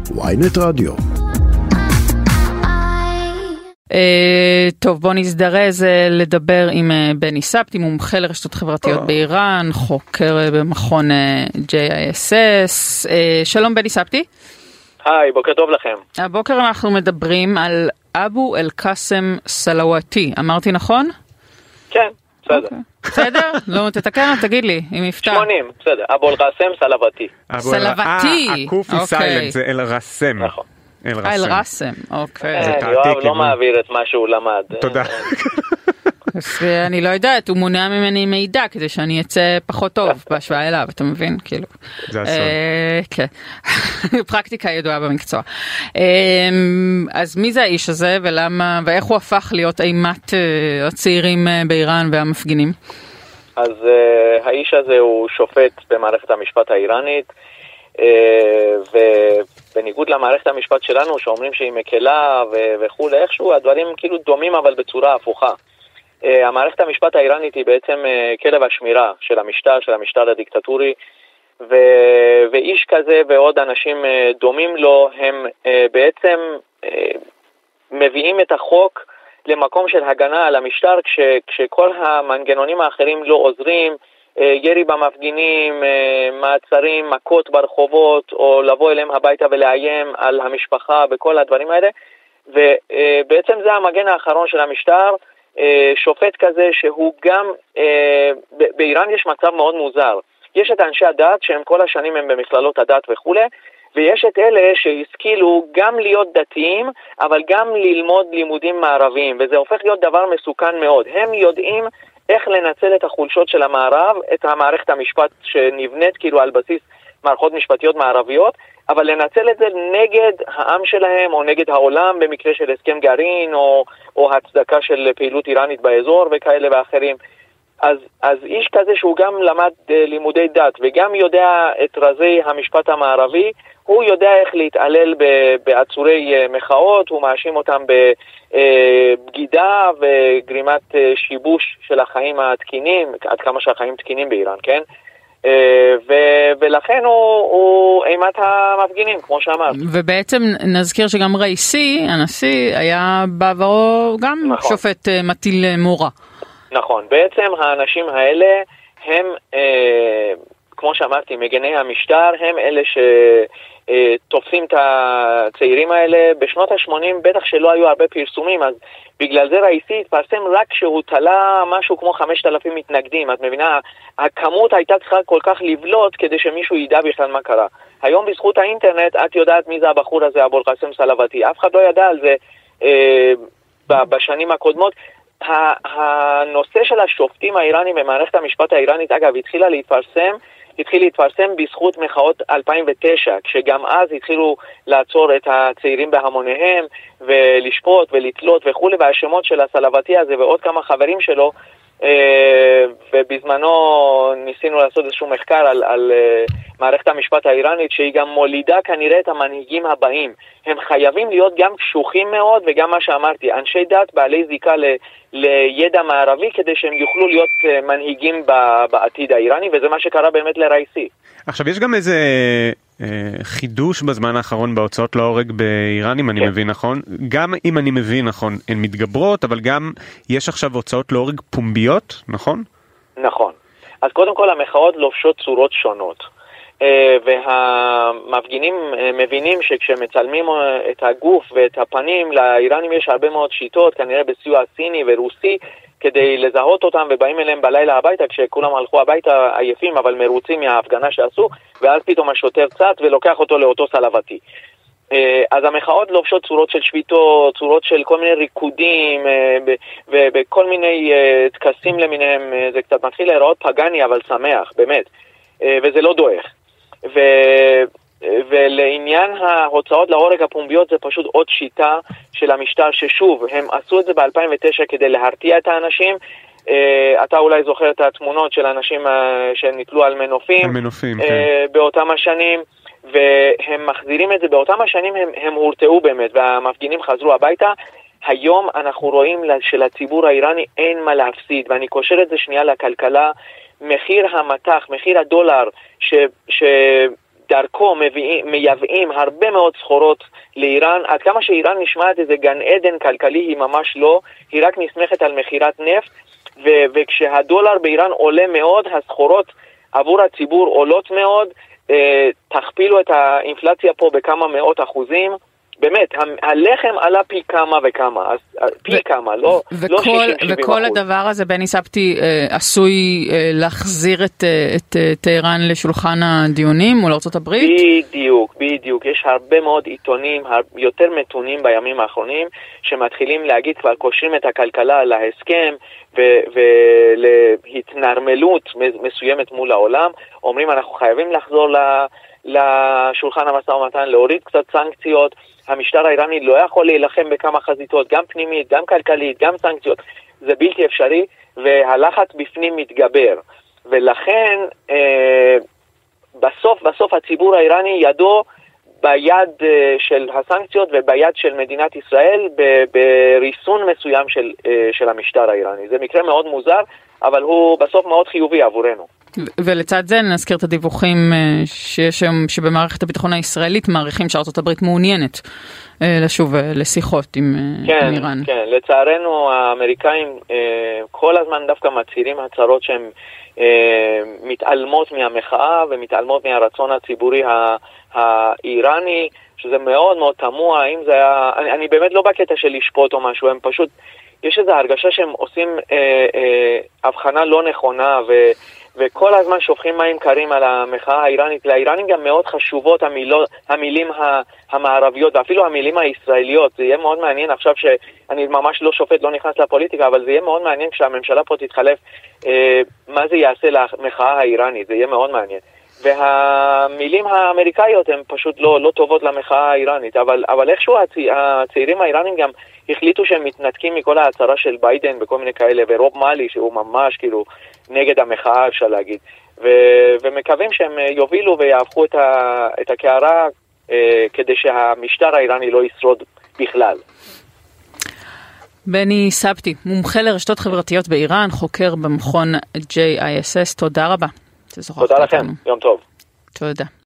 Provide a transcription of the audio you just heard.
ynet רדיו. טוב, בוא נזדרז לדבר עם בני סבתי, מומחה לרשתות חברתיות באיראן, חוקר במכון JISS. שלום בני סבתי. היי, בוקר טוב לכם. הבוקר אנחנו מדברים על אבו אל-קאסם סלוואתי, אמרתי נכון? כן, בסדר. בסדר? לא, תתקן, תגיד לי, אם יפתח. 80, בסדר. אבו אל-קאסם סלוואתי. סלוואתי. הקוף היא סיילנט, זה אל-רסם. נכון. אל-רסם, אוקיי. יואב לא מעביר את מה שהוא למד. תודה. אני לא יודעת, הוא מונע ממני מידע כדי שאני אצא פחות טוב בהשוואה אליו, אתה מבין? כאילו. זה אסון. כן. פרקטיקה ידועה במקצוע. אז מי זה האיש הזה ולמה, ואיך הוא הפך להיות אימת הצעירים באיראן והמפגינים? אז האיש הזה הוא שופט במערכת המשפט האיראנית, ובניגוד למערכת המשפט שלנו שאומרים שהיא מקלה וכו', איכשהו הדברים כאילו דומים אבל בצורה הפוכה. המערכת המשפט האיראנית היא בעצם כלב השמירה של המשטר הדיקטטורי, ואיש כזה ועוד אנשים דומים לו הם בעצם מביאים את החוק למקום של הגנה על המשטר כשכל המנגנונים האחרים לא עוזרים, ירי במפגינים, מעצרים, מכות ברחובות, או לבוא אליהם הביתה ולאיים על המשפחה וכל הדברים האלה, ובעצם זה המגן האחרון של המשטר. שופט כזה שהוא גם, באיראן יש מצב מאוד מוזר, יש את אנשי הדת שהם כל השנים הם במכללות הדת וכו', ויש את אלה שהשכילו גם להיות דתיים, אבל גם ללמוד לימודים מערביים, וזה הופך להיות דבר מסוכן מאוד. הם יודעים איך לנצל את החולשות של המערב, את המערכת המשפט שנבנית כאילו על בסיס מערכות משפטיות מערביות, אבל לנצל את זה נגד העם שלהם או נגד העולם במקרה של הסכם גרעין או הצדקה של פעילות איראנית באזור וכאלה ואחרים. אז איש כזה שהוא גם למד לימודי דת וגם יודע את רזי המשפט המערבי, הוא יודע איך להתעלל בעצורי מחאות, הוא מאשים אותם בבגידה וגרימת שיבוש של החיים התקינים, עד כמה שהחיים תקינים באיראן, כן? ולכן הוא אימת המפגינים, כמו שאמרת. ובעצם נזכיר שגם ראיסי, הנשיא, היה בעברו גם נכון. שופט מטיל מורה. נכון, בעצם האנשים האלה הם, כמו שאמרתי, מגני המשטר, הם אלה שתופסים את הצעירים האלה. בשנות ה-80 בטח שלא היו הרבה פרסומים, אז בגלל זה ראיסי התפרסם רק כשהוא תלה משהו כמו 5,000 מתנגדים. את מבינה, הכמות הייתה צריכה כל כך לבלוט כדי שמישהו ידע בכלל מה קרה. היום בזכות האינטרנט את יודעת מי זה הבחור הזה, אבו אל-קאסם סלוואתי. אף אחד לא ידע על זה בשנים הקודמות. הנושא של השופטים האיראנים במערכת המשפט האיראנית, אגב, התחיל להתפרסם בזכות מחאות 2009, כשגם אז התחילו לעצור את הצעירים בהמוניהם ולשפוט ולתלות וכו', והשמות של הסלוואתי הזה ועוד כמה חברים שלו, ובזמנו ניסינו לעשות איזשהו מחקר על מערכת המשפט האיראנית, שהיא גם מולידה כנראה את המנהיגים הבאים. הם חייבים להיות גם קשוחים מאוד, וגם מה שאמרתי, אנשי דת בעלי זיקה לידע מערבי, כדי שהם יוכלו להיות מנהיגים בעתיד האיראני, וזה מה שקרה באמת לראיסי. עכשיו, יש גם איזה חידוש בזמן האחרון בהוצאות להורג באיראן, אם אני מבין נכון. גם אם אני מבין נכון, הן מתגברות, אבל גם יש עכשיו הוצאות להורג פומביות, נכון? נכון. אז קודם כל, המחאות לובשות צורות שונות. והמפגינים מבינים שכשמצלמים את הגוף ואת הפנים, לאיראנים יש הרבה מאוד שיטות, כנראה בסיוע סיני ורוסי, כדי לזהות אותם, ובאים אליהם בלילה הביתה, כשכולם הלכו הביתה עייפים, אבל מרוצים מההפגנה שעשו, ואז פתאום השוטר צץ ולוקח אותו לאותו סלוואתי. אז המחאות לובשות צורות של שביתות, צורות של כל מיני ריקודים, ובכל מיני תקסים למיניהם. זה קצת מתחיל להיראות פגני, אבל שמח, באמת. וזה לא דוח. ולעניין ההוצאות להורג הפומביות, זה פשוט עוד שיטה של המשטר, ששוב, הם עשו את זה ב-2009 כדי להרתיע את האנשים. אתה אולי זוכר את התמונות של אנשים שניתלו על מנופים, באותם השנים, והם מחזירים את זה. באותם השנים הם הורתעו באמת, והמפגינים חזרו הביתה. היום אנחנו רואים שלציבור האיראני אין מה להפסיד, ואני קושר את זה שנייה לכלכלה. מחיר המתח, מחיר הדולר, דרכו מייבאים הרבה מאוד סחורות לאיראן. עד כמה שאיראן נשמעת איזה גן עדן כלכלי, היא ממש לא, היא רק נסמכת על מחירת נפט, וכשהדולר באיראן עולה מאוד, הסחורות עבור הציבור עולות מאוד, תכפילו את האינפלציה פה בכמה מאות אחוזים, באמת, הלחם עלה פי כמה וכמה, אז פי כמה, לא 60-70%. וכל הדבר הזה, בני סבתי, עשוי להחזיר את טהרן לשולחן הדיונים מול ארצות הברית? בדיוק. יש הרבה מאוד עיתונים, יותר מתונים בימים האחרונים, שמתחילים להגיד, כבר קושרים את הכלכלה להסכם, ולהתנרמלות מסוימת מול העולם, אומרים אנחנו חייבים לחזור לשולחן המשא ומתן, להוריד קצת סנקציות, המשטר האיראני לא יכול להילחם בכמה חזיתות, גם פנימית, גם כלכלית, גם סנקציות, זה בלתי אפשרי, והלחץ בפנים מתגבר, ולכן בסוף הציבור האיראני ידו ביד של הסנקציות וביד של מדינת ישראל בריסון מסוים של המשטר האיראני. זה מקרה מאוד מוזר, אבל הוא בסוף מאוד חיובי עבורנו. ולצד זה נזכיר את הדיווחים שיש היום שבמערכת הביטחון הישראלית מעריכים שארצות הברית מעוניינת לשוב לשיחות עם איראן. כן, לצערנו האמריקאים כל הזמן דווקא מצהירים הצהרות שהן מתעלמות מהמחאה ומתעלמות מהרצון הציבורי האיראני, שזה מאוד מאוד תמוה. האם זה היה, אני באמת לא בקטע של לשפוט או משהו, הם פשוט, יש איזו הרגשה שהם עושים הבחנה לא נכונה, וכל הזמן שופכים מים קרים על המחאה האיראנית. לאיראנים גם מאוד חשובות המילים המערביות, ואפילו המילים הישראליות. זה יהיה מאוד מעניין עכשיו שאני ממש לא שופט, לא נכנס לפוליטיקה, אבל זה יהיה מאוד מעניין כשהממשלה פה תתחלף, מה זה יעשה למחאה האיראנית, זה יהיה מאוד מעניין. והמילים האמריקאיות הן פשוט לא טובות למחאה האיראנית, אבל איכשהו הצעירים האיראנים גם החליטו שהם מתנתקים מכל ההצהרה של ביידן וכל מיני כאלה, ורוב מאלי שהוא ממש כאילו נגד המחאה אפשר להגיד, ומקווים שהם יובילו ויהפכו את הקערה כדי שהמשטר האיראני לא ישרוד בכלל. בני סבתי, מומחה לרשתות חברתיות באיראן, חוקר במכון JISS, תודה רבה. תודה לכם, יום טוב. תודה.